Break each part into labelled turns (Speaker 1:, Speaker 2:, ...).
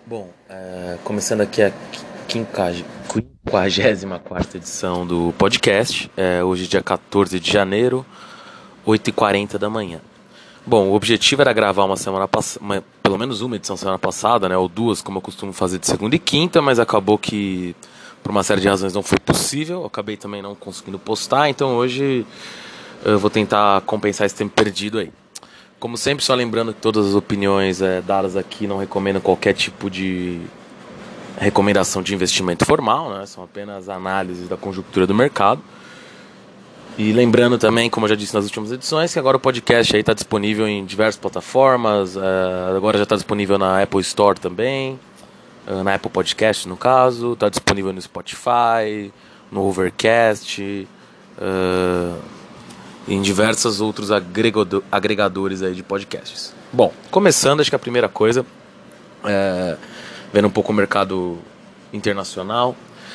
Speaker 1: Bom, começando aqui a 54ª edição do podcast, hoje dia 14 de janeiro, 8h40 da manhã. Bom, o objetivo era gravar pelo menos uma edição semana passada, né, ou duas, como eu costumo fazer de segunda e quinta, mas acabou que, por uma série de razões, não foi possível. Eu acabei também não conseguindo postar, então hoje eu vou tentar compensar esse tempo perdido aí. Como sempre, só lembrando que todas as opiniões dadas aqui não recomendam qualquer tipo de recomendação de investimento formal, né? São apenas análises da conjuntura do mercado. E lembrando também, como eu já disse nas últimas edições, que agora o podcast está disponível em diversas plataformas. Agora já está disponível na Apple Store também, na Apple Podcast no caso, está disponível no Spotify, no Overcast, em diversos outros agregadores aí de podcasts. Bom, começando, acho que a primeira coisa, vendo um pouco o mercado internacional,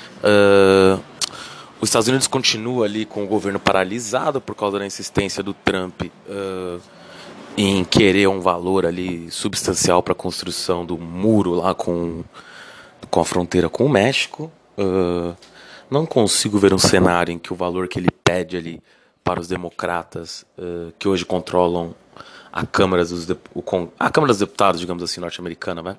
Speaker 1: os Estados Unidos continua ali com o governo paralisado por causa da insistência do Trump em querer um valor ali substancial para a construção do muro lá com a fronteira com o México. Não consigo ver um cenário em que o valor que ele pede ali para os democratas que hoje controlam a Câmara dos Deputados, digamos assim, norte-americana, né?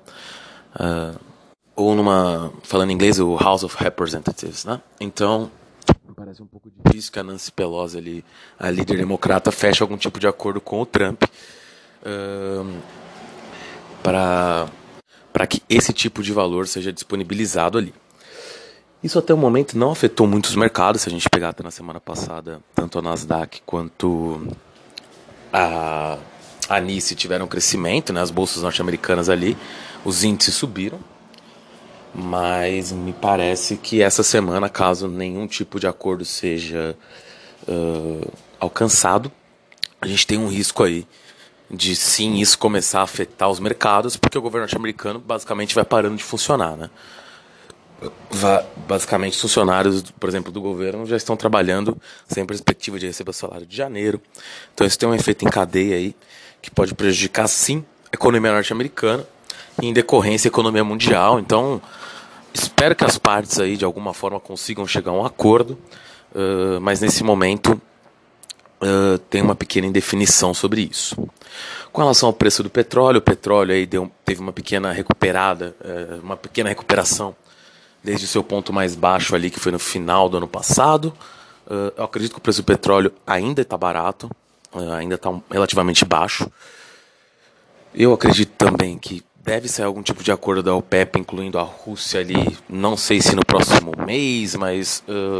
Speaker 1: Ou falando em inglês, o House of Representatives, né? Então, parece um pouco difícil que a Nancy Pelosi, ali, a líder democrata, feche algum tipo de acordo com o Trump para que esse tipo de valor seja disponibilizado ali. Isso até o momento não afetou muitos mercados. Se a gente pegar até na semana passada, tanto a Nasdaq quanto a NYSE tiveram crescimento, né? As bolsas norte-americanas ali, os índices subiram. Mas me parece que essa semana, caso nenhum tipo de acordo seja alcançado, a gente tem um risco aí de sim isso começar a afetar os mercados, porque o governo norte-americano basicamente vai parando de funcionar, né? Basicamente, os funcionários, por exemplo, do governo já estão trabalhando sem perspectiva de receber o salário de janeiro. Então isso tem um efeito em cadeia aí que pode prejudicar sim a economia norte-americana e em decorrência a economia mundial. Então espero que as partes aí de alguma forma consigam chegar a um acordo, mas nesse momento tem uma pequena indefinição sobre isso. Com relação ao preço do petróleo, o petróleo aí teve uma pequena recuperação desde o seu ponto mais baixo ali, que foi no final do ano passado. Eu acredito que o preço do petróleo ainda está barato, ainda está relativamente baixo. Eu acredito também que deve sair algum tipo de acordo da OPEP, incluindo a Rússia ali, não sei se no próximo mês, mas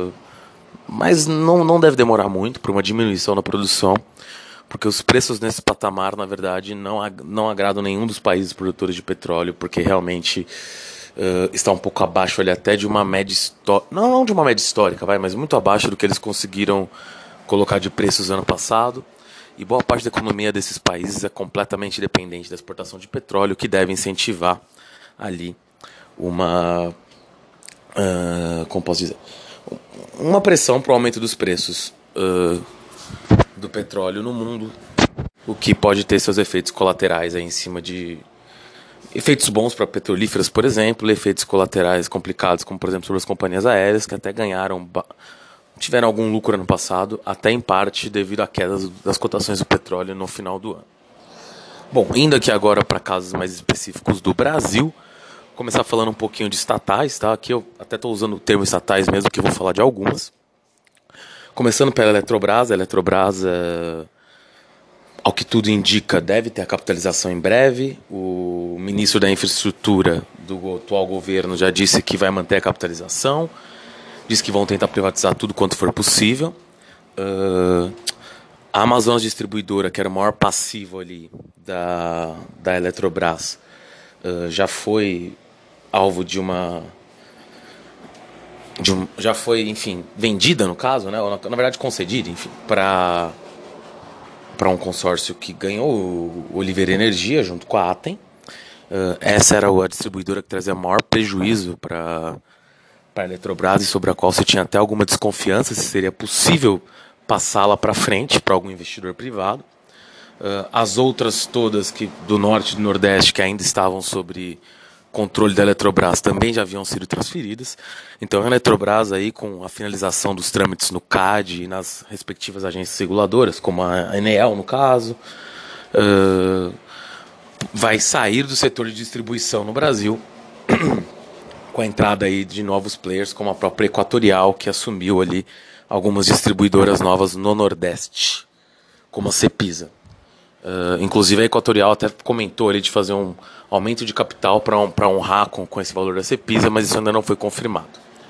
Speaker 1: não deve demorar muito para uma diminuição na produção, porque os preços nesse patamar, na verdade, não agradam nenhum dos países produtores de petróleo, porque realmente está um pouco abaixo ali até de uma média histórica, não de uma média histórica, mas muito abaixo do que eles conseguiram colocar de preços ano passado. E boa parte da economia desses países é completamente dependente da exportação de petróleo, que deve incentivar ali como posso dizer, uma pressão para o aumento dos preços do petróleo no mundo, o que pode ter seus efeitos colaterais aí em cima de efeitos bons para petrolíferas, por exemplo, efeitos colaterais complicados, como por exemplo sobre as companhias aéreas, que até tiveram algum lucro ano passado, até em parte devido à queda das cotações do petróleo no final do ano. Bom, indo aqui agora para casos mais específicos do Brasil, começar falando um pouquinho de estatais, tá? Aqui eu até estou usando o termo estatais mesmo, que eu vou falar de algumas. Começando pela Eletrobras. A Eletrobras, ao que tudo indica, deve ter a capitalização em breve. O ministro da Infraestrutura do atual governo já disse que vai manter a capitalização. Diz que vão tentar privatizar tudo quanto for possível. A Amazonas Distribuidora, que era o maior passivo ali da Eletrobras, já foi alvo já foi, enfim, vendida no caso, né? Ou na verdade concedida, enfim, para um consórcio que ganhou o Oliveira Energia junto com a Atem. Essa era a distribuidora que trazia maior prejuízo para a Eletrobras e sobre a qual se tinha até alguma desconfiança se seria possível passá-la para frente para algum investidor privado. As outras todas do norte e do nordeste que ainda estavam sob controle da Eletrobras também já haviam sido transferidas. Então a Eletrobras, aí, com a finalização dos trâmites no CAD e nas respectivas agências reguladoras, como a ANEEL no caso, vai sair do setor de distribuição no Brasil com a entrada aí de novos players, como a própria Equatorial, que assumiu ali algumas distribuidoras novas no Nordeste, como a Cepisa. Inclusive a Equatorial até comentou ali de fazer um aumento de capital para honrar com esse valor da Cepisa, mas isso ainda não foi confirmado.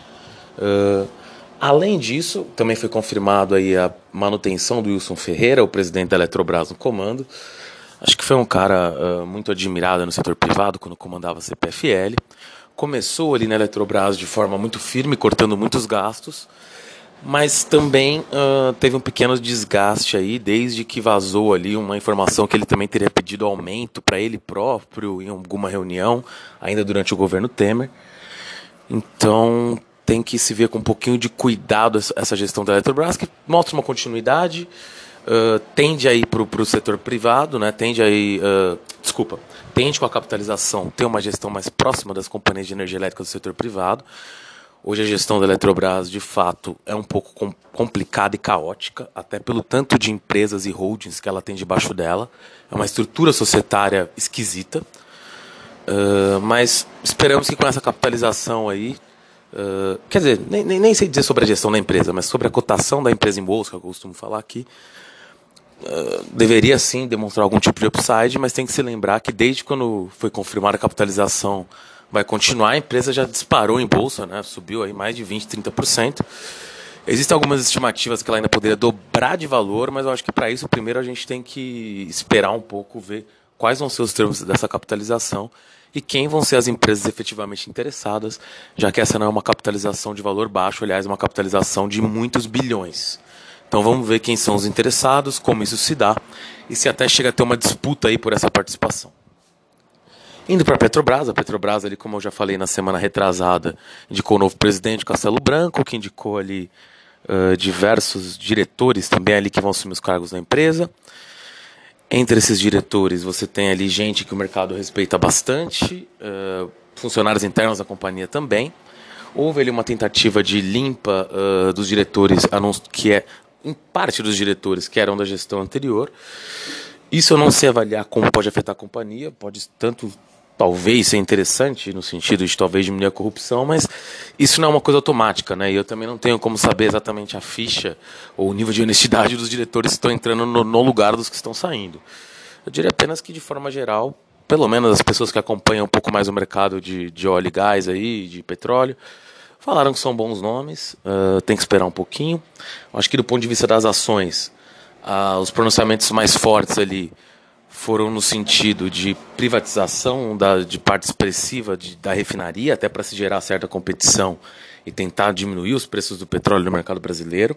Speaker 1: Além disso, também foi confirmado aí a manutenção do Wilson Ferreira, o presidente da Eletrobras, no comando. Acho que foi um cara muito admirado no setor privado quando comandava a CPFL. Começou ali na Eletrobras de forma muito firme, cortando muitos gastos, mas também teve um pequeno desgaste aí, desde que vazou ali uma informação que ele também teria pedido aumento para ele próprio em alguma reunião, ainda durante o governo Temer. Então tem que se ver com um pouquinho de cuidado essa gestão da Eletrobras, que mostra uma continuidade, tende aí para o setor privado, né? Tende com a capitalização ter uma gestão mais próxima das companhias de energia elétrica do setor privado. Hoje a gestão da Eletrobras, de fato, é um pouco complicada e caótica, até pelo tanto de empresas e holdings que ela tem debaixo dela. É uma estrutura societária esquisita, mas esperamos que com essa capitalização aí, quer dizer, nem sei dizer sobre a gestão da empresa, mas sobre a cotação da empresa em bolsa, que eu costumo falar aqui, deveria sim demonstrar algum tipo de upside, mas tem que se lembrar que desde quando foi confirmada a capitalização vai continuar, a empresa já disparou em bolsa, né? Subiu aí mais de 20%, 30%. Existem algumas estimativas que ela ainda poderia dobrar de valor, mas eu acho que para isso primeiro a gente tem que esperar um pouco, ver quais vão ser os termos dessa capitalização e quem vão ser as empresas efetivamente interessadas, já que essa não é uma capitalização de valor baixo, aliás, é uma capitalização de muitos bilhões. Então vamos ver quem são os interessados, como isso se dá e se até chega a ter uma disputa aí por essa participação. Indo para a Petrobras ali, como eu já falei na semana retrasada, indicou o novo presidente Castelo Branco, que indicou ali diversos diretores também ali que vão assumir os cargos da empresa. Entre esses diretores você tem ali gente que o mercado respeita bastante, funcionários internos da companhia também. Houve ali uma tentativa de limpa dos diretores, que é em parte dos diretores que eram da gestão anterior. Isso eu não sei avaliar como pode afetar a companhia, pode tanto talvez ser interessante no sentido de talvez diminuir a corrupção, mas isso não é uma coisa automática, né? E eu também não tenho como saber exatamente a ficha ou o nível de honestidade dos diretores que estão entrando no lugar dos que estão saindo. Eu diria apenas que, de forma geral, pelo menos as pessoas que acompanham um pouco mais o mercado de óleo e gás aí, de petróleo, falaram que são bons nomes, tem que esperar um pouquinho. Acho que do ponto de vista das ações, os pronunciamentos mais fortes ali foram no sentido de privatização de parte expressiva da refinaria, até para se gerar certa competição e tentar diminuir os preços do petróleo no mercado brasileiro.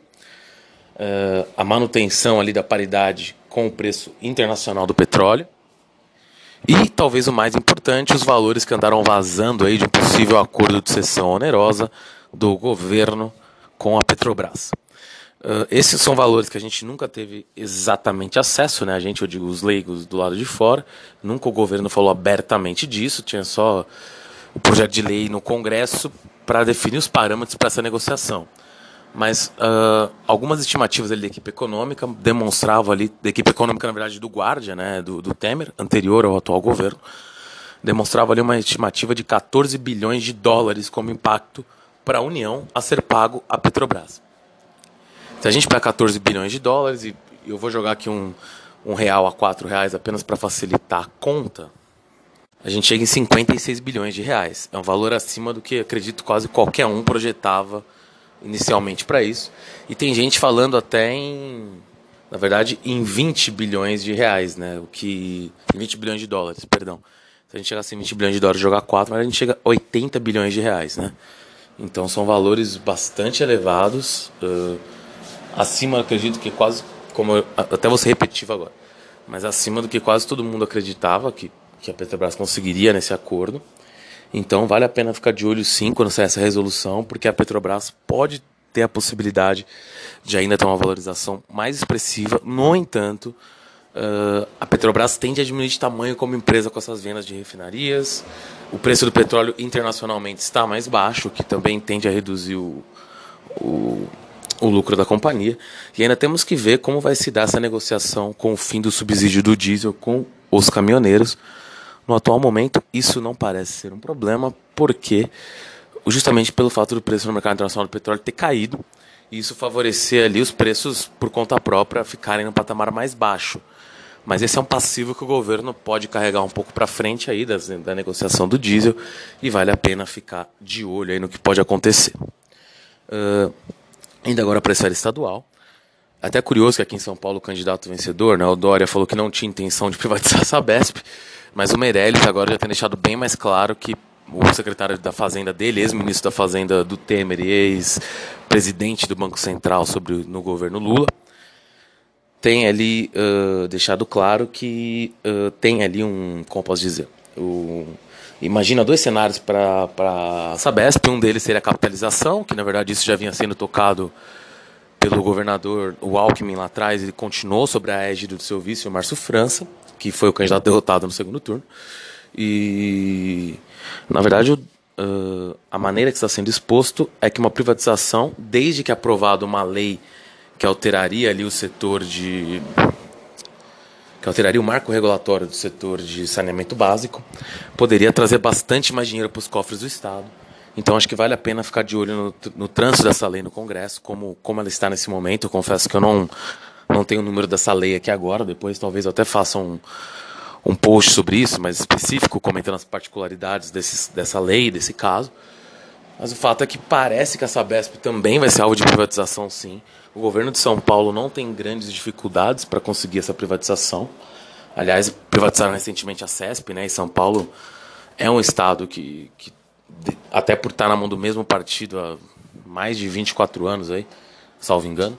Speaker 1: A manutenção ali da paridade com o preço internacional do petróleo. E, talvez o mais importante, os valores que andaram vazando aí de um possível acordo de cessão onerosa do governo com a Petrobras. Esses são valores que a gente nunca teve exatamente acesso, né? Eu digo os leigos do lado de fora. Nunca o governo falou abertamente disso, tinha só o projeto de lei no Congresso para definir os parâmetros para essa negociação. Mas algumas estimativas ali da equipe econômica demonstravam ali, da equipe econômica, na verdade, do Guardia, né, do Temer, anterior ao atual governo, demonstrava ali uma estimativa de 14 bilhões de dólares como impacto para a União a ser pago à Petrobras. Se a gente pega 14 bilhões de dólares, e eu vou jogar aqui um real a 4 reais apenas para facilitar a conta, a gente chega em 56 bilhões de reais. É um valor acima do que, acredito, quase qualquer um projetava inicialmente para isso. E tem gente falando até na verdade, em 20 bilhões de reais, né? 20 bilhões de dólares, perdão. Se a gente chegasse em 20 bilhões de dólares e jogar 4, mas a gente chega a 80 bilhões de reais, né? Então são valores bastante elevados, acima, acredito que quase, até vou ser repetitivo agora, mas acima do que quase todo mundo acreditava que a Petrobras conseguiria nesse acordo. Então vale a pena ficar de olho sim quando sair essa resolução, porque a Petrobras pode ter a possibilidade de ainda ter uma valorização mais expressiva. No entanto, a Petrobras tende a diminuir de tamanho como empresa com essas vendas de refinarias, O preço do petróleo internacionalmente está mais baixo, o que também tende a reduzir o, o lucro da companhia. E ainda temos que ver como vai se dar essa negociação com o fim do subsídio do diesel com os caminhoneiros. No atual momento, isso não parece ser um problema, porque justamente pelo fato do preço no mercado internacional do petróleo ter caído, e isso favorecer ali os preços por conta própria ficarem no patamar mais baixo. Mas esse é um passivo que o governo pode carregar um pouco para frente aí da negociação do diesel, e vale a pena ficar de olho aí no que pode acontecer. Ainda agora para a esfera estadual. Até curioso que aqui em São Paulo o candidato vencedor, né, o Dória, falou que não tinha intenção de privatizar a Sabesp, mas o Meirelles agora já tem deixado bem mais claro que o secretário da Fazenda dele, ex-ministro da Fazenda do Temer e ex-presidente do Banco Central no governo Lula, tem ali deixado claro que tem ali como posso dizer, imagina dois cenários para a Sabesp. Um deles seria a capitalização, que na verdade isso já vinha sendo tocado pelo governador, o Alckmin lá atrás, ele continuou sobre a égide do seu vice, o Márcio França, que foi o candidato derrotado no segundo turno. E, na verdade, a maneira que está sendo exposto é que uma privatização, desde que aprovada uma lei que alteraria ali o setor que alteraria o marco regulatório do setor de saneamento básico, poderia trazer bastante mais dinheiro para os cofres do Estado. Então acho que vale a pena ficar de olho no trânsito dessa lei no Congresso, como ela está nesse momento. Eu confesso que eu não tenho o número dessa lei aqui agora, depois talvez eu até faça um post sobre isso, mais específico, comentando as particularidades dessa lei, desse caso. Mas o fato é que parece que a Sabesp também vai ser alvo de privatização, sim. O governo de São Paulo não tem grandes dificuldades para conseguir essa privatização. Aliás, privatizaram recentemente a CESP, né? E São Paulo é um estado que até por estar na mão do mesmo partido há mais de 24 anos, aí, salvo engano,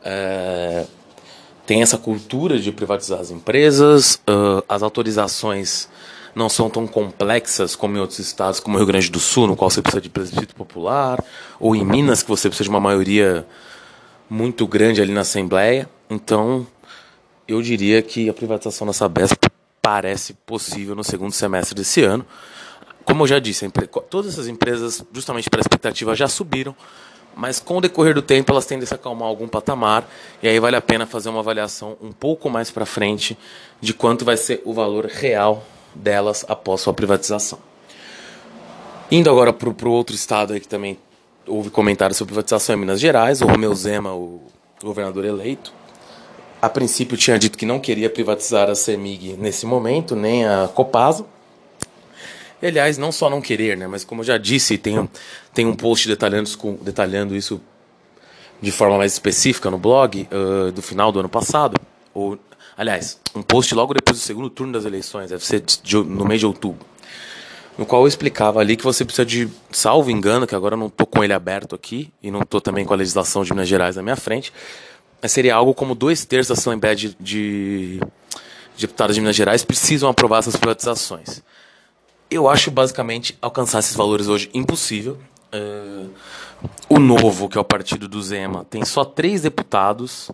Speaker 1: tem essa cultura de privatizar as empresas. As autorizações não são tão complexas como em outros estados, como o Rio Grande do Sul, no qual você precisa de plebiscito popular, ou em Minas, que você precisa de uma maioria muito grande ali na Assembleia. Então, eu diria que a privatização da Sabesp parece possível no segundo semestre desse ano. Como eu já disse, todas essas empresas, justamente pela expectativa, já subiram, mas com o decorrer do tempo elas tendem a se acalmar a algum patamar, e aí vale a pena fazer uma avaliação um pouco mais para frente de quanto vai ser o valor real delas após sua privatização. Indo agora para o outro estado aí que também houve comentários sobre privatização, em Minas Gerais, o Romeu Zema, o governador eleito, a princípio tinha dito que não queria privatizar a CEMIG nesse momento, nem a Copasa. E, aliás, não só não querer, né, mas como eu já disse, tem um post detalhando isso de forma mais específica no blog do final do ano passado. Aliás, um post logo depois do segundo turno das eleições, deve ser no mês de outubro, no qual eu explicava ali que você precisa de, salvo engano, que agora eu não estou com ele aberto aqui, e não estou também com a legislação de Minas Gerais na minha frente, mas seria algo como 2/3 da Assembleia de deputados de Minas Gerais precisam aprovar essas privatizações. Eu acho, basicamente, alcançar esses valores hoje impossível. O Novo, que é o partido do Zema, tem só 3 deputados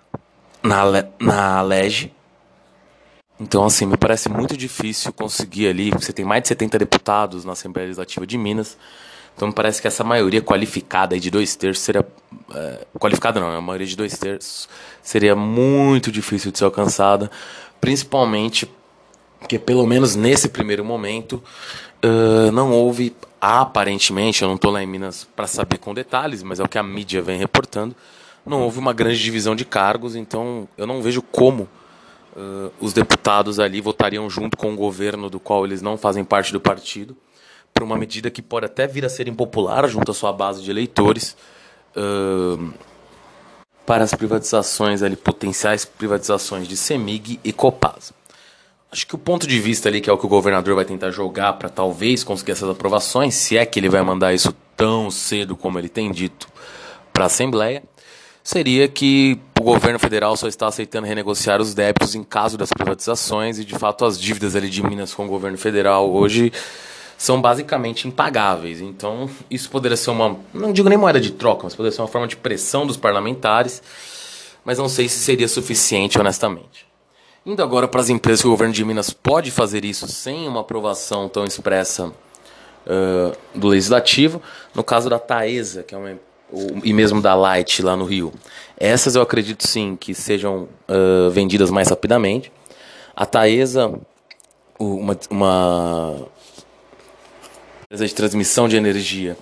Speaker 1: na LEG. Então, assim, me parece muito difícil conseguir ali. Você tem mais de 70 deputados na Assembleia Legislativa de Minas. Então, me parece que essa maioria qualificada aí de 2/3 seria... qualificada não, a maioria de 2/3 seria muito difícil de ser alcançada. Principalmente porque, pelo menos nesse primeiro momento, não houve, aparentemente, eu não estou lá em Minas para saber com detalhes, mas é o que a mídia vem reportando, não houve uma grande divisão de cargos, então eu não vejo como os deputados ali votariam junto com o governo do qual eles não fazem parte do partido, por uma medida que pode até vir a ser impopular junto à sua base de eleitores, para as privatizações ali, potenciais privatizações de CEMIG e Copasa. Acho que o ponto de vista ali, que é o que o governador vai tentar jogar para talvez conseguir essas aprovações, se é que ele vai mandar isso tão cedo como ele tem dito para a Assembleia, seria que o governo federal só está aceitando renegociar os débitos em caso das privatizações, e de fato as dívidas ali de Minas com o governo federal hoje são basicamente impagáveis. Então isso poderia ser não digo nem moeda de troca, mas poderia ser uma forma de pressão dos parlamentares, mas não sei se seria suficiente, honestamente. Indo agora para as empresas que o governo de Minas pode fazer isso sem uma aprovação tão expressa do Legislativo, no caso da Taesa, que é e mesmo da Light lá no Rio. Essas eu acredito sim que sejam vendidas mais rapidamente. A Taesa, uma empresa de transmissão de energia,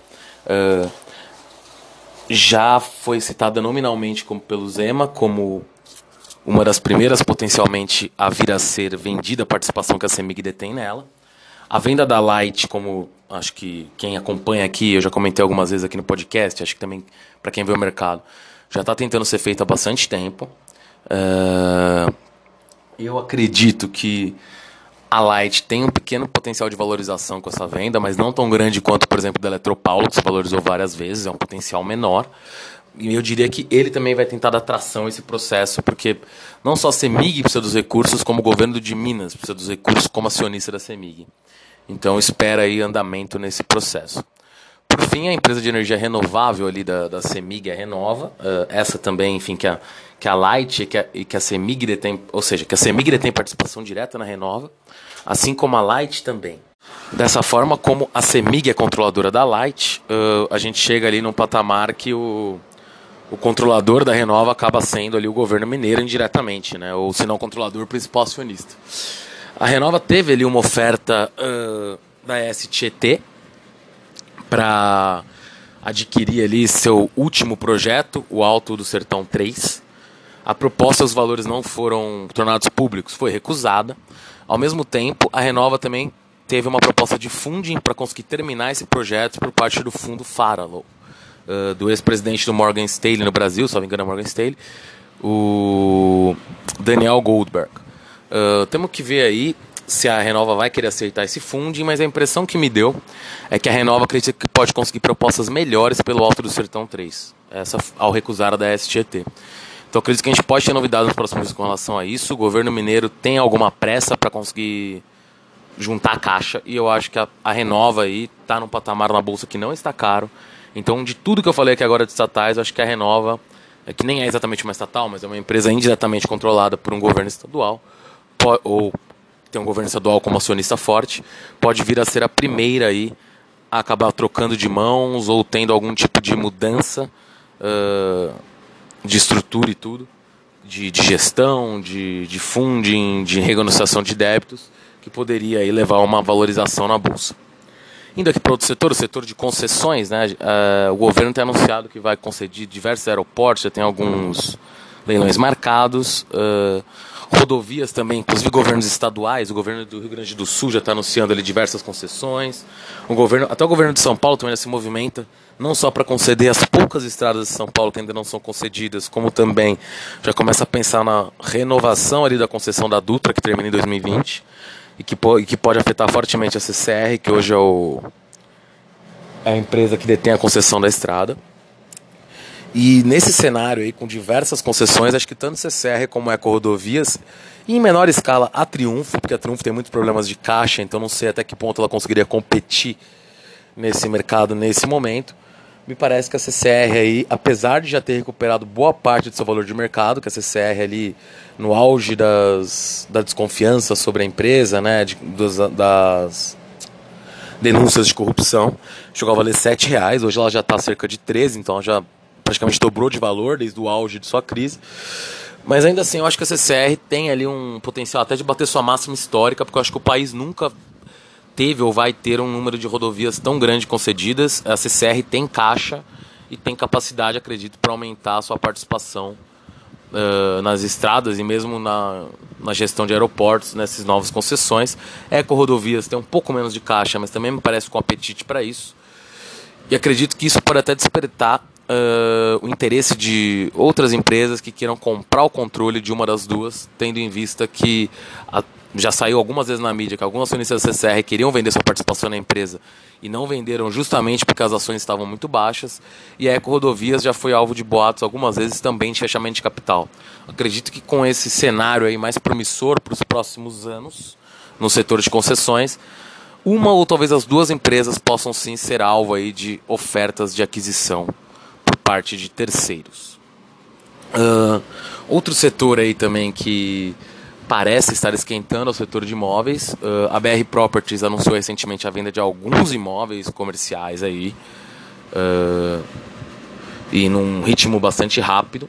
Speaker 1: já foi citada nominalmente pelo Zema como uma das primeiras potencialmente a vir a ser vendida a participação que a CEMIG detém nela. A venda da Light, como acho que quem acompanha aqui, eu já comentei algumas vezes aqui no podcast, acho que também para quem vê o mercado, já está tentando ser feita há bastante tempo. Eu acredito que a Light tem um pequeno potencial de valorização com essa venda, mas não tão grande quanto, por exemplo, da Eletropaulo, que se valorizou várias vezes, é um potencial menor. E eu diria que ele também vai tentar dar tração a esse processo, porque não só a CEMIG precisa dos recursos, como o governo de Minas precisa dos recursos como acionista da CEMIG. Então espera aí andamento nesse processo. Por fim, a empresa de energia renovável ali da CEMIG, a Renova, essa também, enfim, que a Light e que a CEMIG detém, ou seja, que a CEMIG detém participação direta na Renova, assim como a Light também. Dessa forma, como a CEMIG é controladora da Light, a gente chega ali num patamar que o controlador da Renova acaba sendo ali o governo mineiro indiretamente, né? Ou se não o controlador, principal acionista. A Renova teve ali uma oferta da STT para adquirir ali seu último projeto, o Alto do Sertão 3. A proposta, os valores não foram tornados públicos, foi recusada. Ao mesmo tempo, a Renova também teve uma proposta de funding para conseguir terminar esse projeto por parte do fundo Faralow, do ex-presidente do Morgan Stanley no Brasil, se não me engano é Morgan Stanley, o Daniel Goldberg. Temos que ver aí se a Renova vai querer aceitar esse funding, mas a impressão que me deu é que a Renova acredita que pode conseguir propostas melhores pelo Alto do Sertão 3, essa ao recusar a da STT. Então acredito que a gente pode ter novidades nos próximos dias com relação a isso. O governo mineiro tem alguma pressa para conseguir juntar a caixa, e eu acho que a Renova aí está num patamar na bolsa que não está caro. Então, de tudo que eu falei aqui agora de estatais, eu acho que a Renova, que nem é exatamente uma estatal, mas é uma empresa indiretamente controlada por um governo estadual, ou tem um governo estadual como acionista forte, pode vir a ser a primeira aí a acabar trocando de mãos ou tendo algum tipo de mudança de estrutura e tudo, de gestão, de funding, de renegociação de débitos, que poderia aí levar a uma valorização na bolsa. Indo aqui para outro setor, o setor de concessões, né? O governo tem anunciado que vai conceder diversos aeroportos, já tem alguns leilões marcados. Rodovias também, inclusive governos estaduais, o governo do Rio Grande do Sul já está anunciando ali diversas concessões. Até o governo de São Paulo também já se movimenta, não só para conceder as poucas estradas de São Paulo que ainda não são concedidas, como também já começa a pensar na renovação ali da concessão da Dutra, que termina em 2020. E que pode afetar fortemente a CCR, que hoje é a empresa que detém a concessão da estrada. E nesse cenário aí, com diversas concessões, acho que tanto CCR como EcoRodovias, e em menor escala a Triunfo, porque a Triunfo tem muitos problemas de caixa, então não sei até que ponto ela conseguiria competir nesse mercado nesse momento. Me parece que a CCR aí, apesar de já ter recuperado boa parte do seu valor de mercado, que a CCR ali no auge da desconfiança sobre a empresa, né, das denúncias de corrupção, chegou a valer R$7, hoje ela já está cerca de 13, então já praticamente dobrou de valor desde o auge de sua crise. Mas ainda assim, eu acho que a CCR tem ali um potencial até de bater sua máxima histórica, porque eu acho que o país nunca teve ou vai ter um número de rodovias tão grande concedidas. A CCR tem caixa e tem capacidade, acredito, para aumentar a sua participação nas estradas e mesmo na gestão de aeroportos, nessas novas concessões. EcoRodovias tem um pouco menos de caixa, mas também me parece com apetite para isso. E acredito que isso pode até despertar o interesse de outras empresas que queiram comprar o controle de uma das duas, tendo em vista que já saiu algumas vezes na mídia que alguns acionistas da CCR queriam vender sua participação na empresa e não venderam justamente porque as ações estavam muito baixas, e a EcoRodovias já foi alvo de boatos algumas vezes também de fechamento de capital. Acredito que com esse cenário aí mais promissor para os próximos anos no setor de concessões, uma ou talvez as duas empresas possam sim ser alvo aí de ofertas de aquisição por parte de terceiros. Outro setor aí também que parece estar esquentando o setor de imóveis. A BR Properties anunciou recentemente a venda de alguns imóveis comerciais aí, e num ritmo bastante rápido.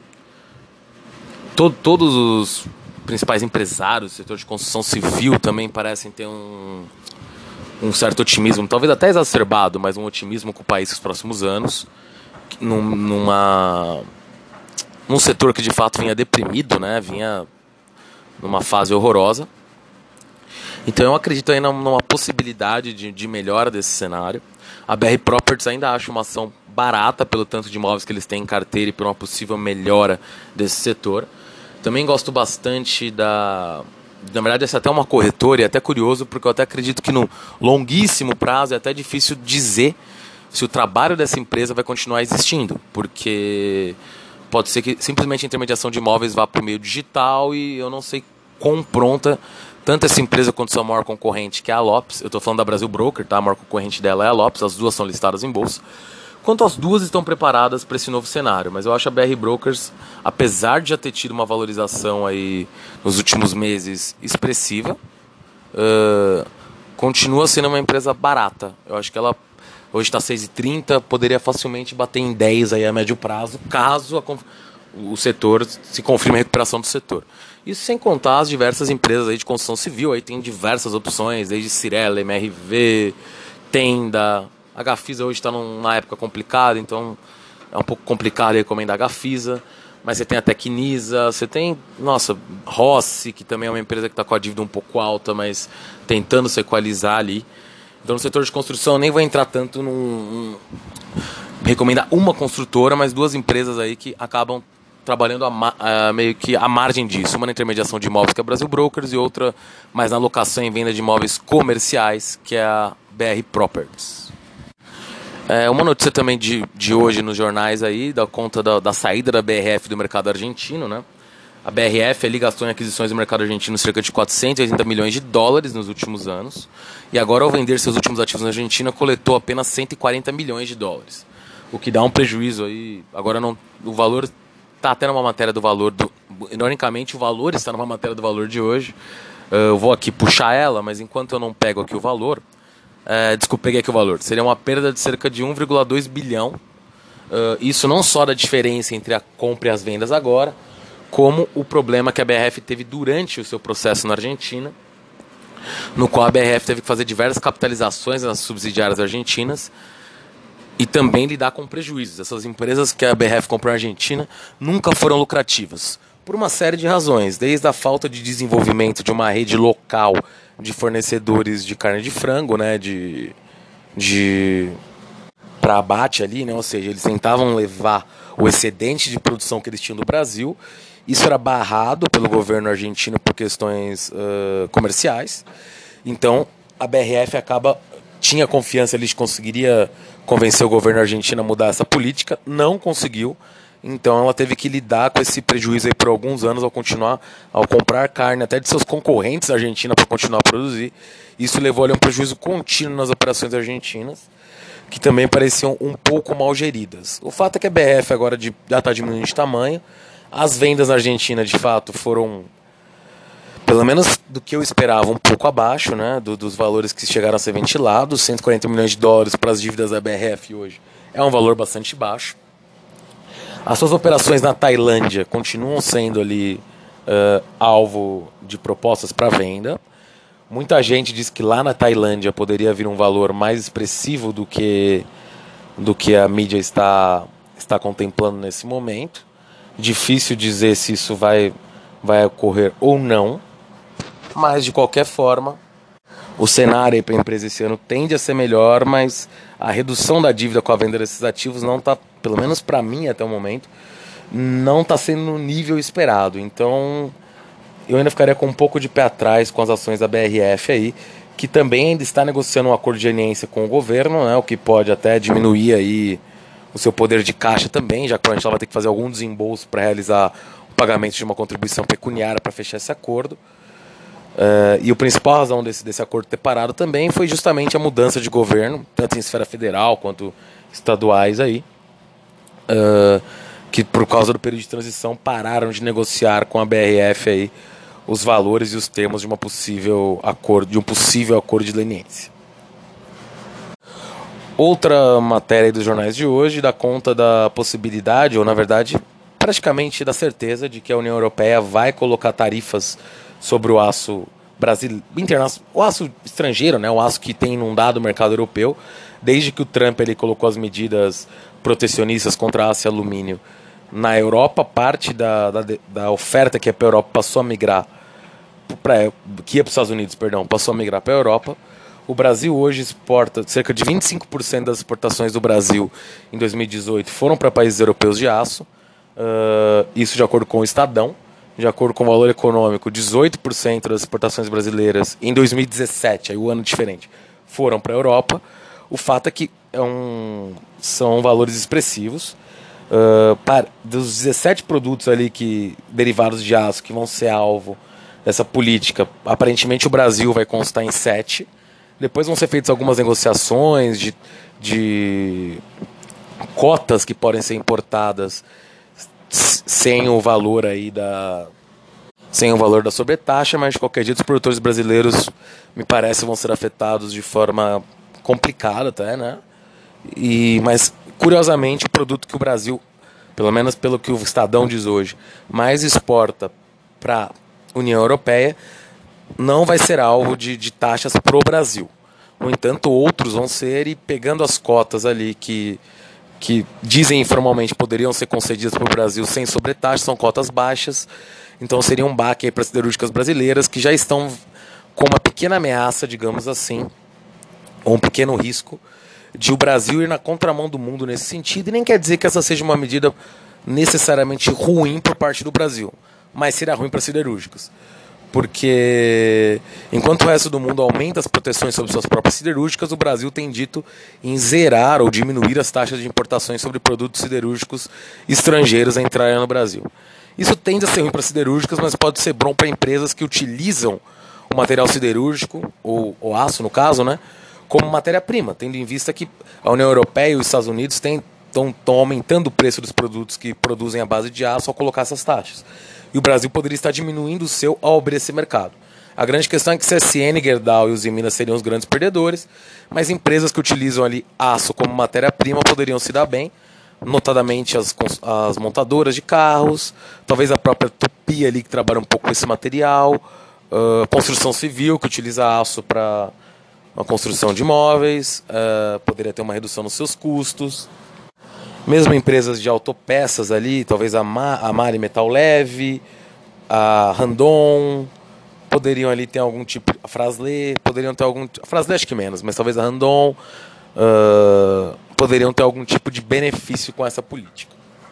Speaker 1: Todos os principais empresários do setor de construção civil também parecem ter um certo otimismo, talvez até exacerbado, mas um otimismo com o país nos próximos anos, num setor que de fato vinha deprimido, né? Vinha numa fase horrorosa. Então eu acredito aí numa possibilidade de melhora desse cenário. A BR Properties ainda acha uma ação barata pelo tanto de imóveis que eles têm em carteira e por uma possível melhora desse setor. Também gosto bastante na verdade, essa é até uma corretora, e é até curioso, porque eu até acredito que no longuíssimo prazo é até difícil dizer se o trabalho dessa empresa vai continuar existindo, porque pode ser que simplesmente a intermediação de imóveis vá para o meio digital, e eu não sei quão pronta tanto essa empresa quanto sua maior concorrente, que é a Lopes, eu estou falando da Brasil Broker, tá? A maior concorrente dela é a Lopes, as duas são listadas em bolsa, quanto as duas estão preparadas para esse novo cenário. Mas eu acho a BR Brokers, apesar de já ter tido uma valorização aí nos últimos meses expressiva, continua sendo uma empresa barata. Eu acho que ela hoje está 6,30, poderia facilmente bater em 10 aí a médio prazo, caso o setor se confirme a recuperação do setor. Isso sem contar as diversas empresas aí de construção civil, aí tem diversas opções, desde Cirela, MRV, Tenda. A Gafisa hoje está numa época complicada, então é um pouco complicado recomendar a Gafisa. Mas você tem a Tecnisa, você tem, Rossi, que também é uma empresa que está com a dívida um pouco alta, mas tentando se equalizar ali. Então no setor de construção eu nem vou entrar tanto recomendar uma construtora, mas duas empresas aí que acabam trabalhando meio que à margem disso. Uma na intermediação de imóveis, que é a Brasil Brokers, e outra mais na locação e venda de imóveis comerciais, que é a BR Properties. Uma notícia também de hoje nos jornais aí, da conta da saída da BRF do mercado argentino, né? A BRF ali gastou em aquisições do mercado argentino cerca de 480 milhões de dólares nos últimos anos, e agora, ao vender seus últimos ativos na Argentina, coletou apenas 140 milhões de dólares, o que dá um prejuízo aí. Agora o valor está até numa matéria do valor ironicamente, o valor está numa matéria do valor de hoje. Eu vou aqui puxar ela, mas enquanto eu não pego aqui o valor, peguei aqui o valor. Seria uma perda de cerca de 1,2 bilhão. Isso não só da diferença entre a compra e as vendas agora, como o problema que a BRF teve durante o seu processo na Argentina, no qual a BRF teve que fazer diversas capitalizações nas subsidiárias argentinas e também lidar com prejuízos. Essas empresas que a BRF comprou na Argentina nunca foram lucrativas, por uma série de razões, desde a falta de desenvolvimento de uma rede local de fornecedores de carne de frango, né, para abate ali, né, ou seja, eles tentavam levar o excedente de produção que eles tinham do Brasil. Isso era barrado pelo governo argentino por questões comerciais. Então a BRF tinha confiança, eles conseguiria convencer o governo argentino a mudar essa política, não conseguiu. Então ela teve que lidar com esse prejuízo aí por alguns anos ao comprar carne até de seus concorrentes da Argentina para continuar a produzir. Isso levou a um prejuízo contínuo nas operações argentinas, que também pareciam um pouco mal geridas. O fato é que a BRF agora já está diminuindo de tamanho. As vendas na Argentina, de fato, foram, pelo menos do que eu esperava, um pouco abaixo, né, dos valores que chegaram a ser ventilados. 140 milhões de dólares para as dívidas da BRF hoje é um valor bastante baixo. As suas operações na Tailândia continuam sendo ali alvo de propostas para venda. Muita gente diz que lá na Tailândia poderia vir um valor mais expressivo do que a mídia está contemplando nesse momento. Difícil dizer se isso vai ocorrer ou não, mas de qualquer forma o cenário para a empresa esse ano tende a ser melhor, mas a redução da dívida com a venda desses ativos não está, pelo menos para mim até o momento, não está sendo no nível esperado. Então eu ainda ficaria com um pouco de pé atrás com as ações da BRF aí, que também ainda está negociando um acordo de leniência com o governo, né, o que pode até diminuir aí o seu poder de caixa também, já que a gente vai ter que fazer algum desembolso para realizar o pagamento de uma contribuição pecuniária para fechar esse acordo. E a principal razão desse acordo ter parado também foi justamente a mudança de governo, tanto em esfera federal quanto estaduais aí, que por causa do período de transição pararam de negociar com a BRF aí os valores e os termos de um possível acordo de leniência. Outra matéria dos jornais de hoje dá conta da possibilidade, ou na verdade, praticamente da certeza de que a União Europeia vai colocar tarifas sobre o aço o aço estrangeiro, né, o aço que tem inundado o mercado europeu, desde que o Trump ele colocou as medidas protecionistas contra aço e alumínio na Europa. Parte da oferta que é para a Europa passou a migrar que ia para os Estados Unidos, passou a migrar para a Europa. O Brasil hoje exporta cerca de 25% das exportações do Brasil em 2018 foram para países europeus de aço. Isso de acordo com o Estadão. De acordo com o Valor Econômico, 18% das exportações brasileiras em 2017, aí o ano diferente, foram para a Europa. O fato é que são valores expressivos. Dos 17 produtos ali derivados de aço que vão ser alvo dessa política, aparentemente o Brasil vai constar em 7. Depois vão ser feitas algumas negociações de cotas que podem ser importadas sem o valor da sobretaxa, mas de qualquer jeito os produtores brasileiros, me parece, vão ser afetados de forma complicada até, né? Mas, curiosamente, o produto que o Brasil, pelo menos pelo que o Estadão diz hoje, mais exporta para a União Europeia, não vai ser alvo de taxas para o Brasil. No entanto, outros vão ser, e pegando as cotas ali que dizem informalmente poderiam ser concedidas para o Brasil sem sobretaxa, são cotas baixas, então seria um baque para as siderúrgicas brasileiras que já estão com uma pequena ameaça, digamos assim, ou um pequeno risco de o Brasil ir na contramão do mundo nesse sentido, e nem quer dizer que essa seja uma medida necessariamente ruim por parte do Brasil, mas será ruim para as siderúrgicas. Porque enquanto o resto do mundo aumenta as proteções sobre suas próprias siderúrgicas, o Brasil tem dito em zerar ou diminuir as taxas de importações sobre produtos siderúrgicos estrangeiros a entrarem no Brasil. Isso tende a ser ruim para as siderúrgicas, mas pode ser bom para empresas que utilizam o material siderúrgico, ou o aço no caso, né, como matéria-prima, tendo em vista que a União Europeia e os Estados Unidos estão aumentando o preço dos produtos que produzem à base de aço ao colocar essas taxas. E o Brasil poderia estar diminuindo o seu ao abrir esse mercado. A grande questão é que CSN, Gerdau e Usiminas seriam os grandes perdedores, mas empresas que utilizam ali aço como matéria-prima poderiam se dar bem, notadamente as montadoras de carros, talvez a própria Tupi ali que trabalha um pouco com esse material, construção civil que utiliza aço para a construção de imóveis, poderia ter uma redução nos seus custos. Mesmo empresas de autopeças ali, talvez a Mari Metal Leve, a Randon, poderiam ali ter algum tipo... A Fras-le, poderiam ter algum... A Fras-le acho que menos, mas talvez a Randon poderiam ter algum tipo de benefício com essa política.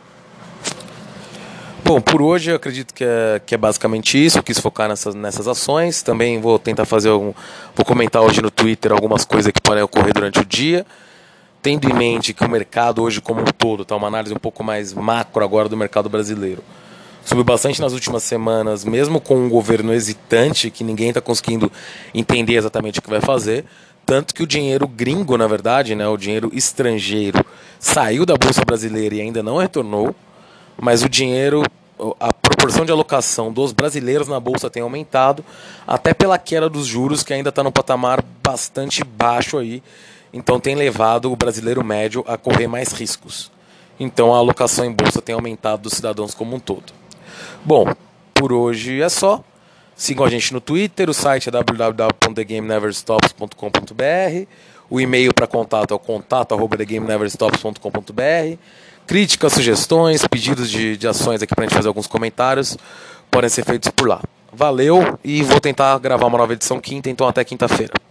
Speaker 1: Bom, por hoje eu acredito que é basicamente isso. Eu quis focar nessas ações. Também vou tentar vou comentar hoje no Twitter algumas coisas que podem ocorrer durante o dia, tendo em mente que o mercado hoje como um todo, tá uma análise um pouco mais macro agora do mercado brasileiro, subiu bastante nas últimas semanas, mesmo com um governo hesitante, que ninguém está conseguindo entender exatamente o que vai fazer, tanto que o dinheiro gringo, na verdade, né, o dinheiro estrangeiro, saiu da Bolsa Brasileira e ainda não retornou, mas a proporção de alocação dos brasileiros na Bolsa tem aumentado, até pela queda dos juros, que ainda está num patamar bastante baixo aí. Então tem levado o brasileiro médio a correr mais riscos. Então a alocação em bolsa tem aumentado dos cidadãos como um todo. Bom, por hoje é só. Sigam a gente no Twitter, o site é www.thegameneverstops.com.br, o e-mail para contato é o contato@thegameneverstops.com.br. Críticas, sugestões, pedidos de ações aqui para a gente fazer alguns comentários podem ser feitos por lá. Valeu, e vou tentar gravar uma nova edição quinta, então até quinta-feira.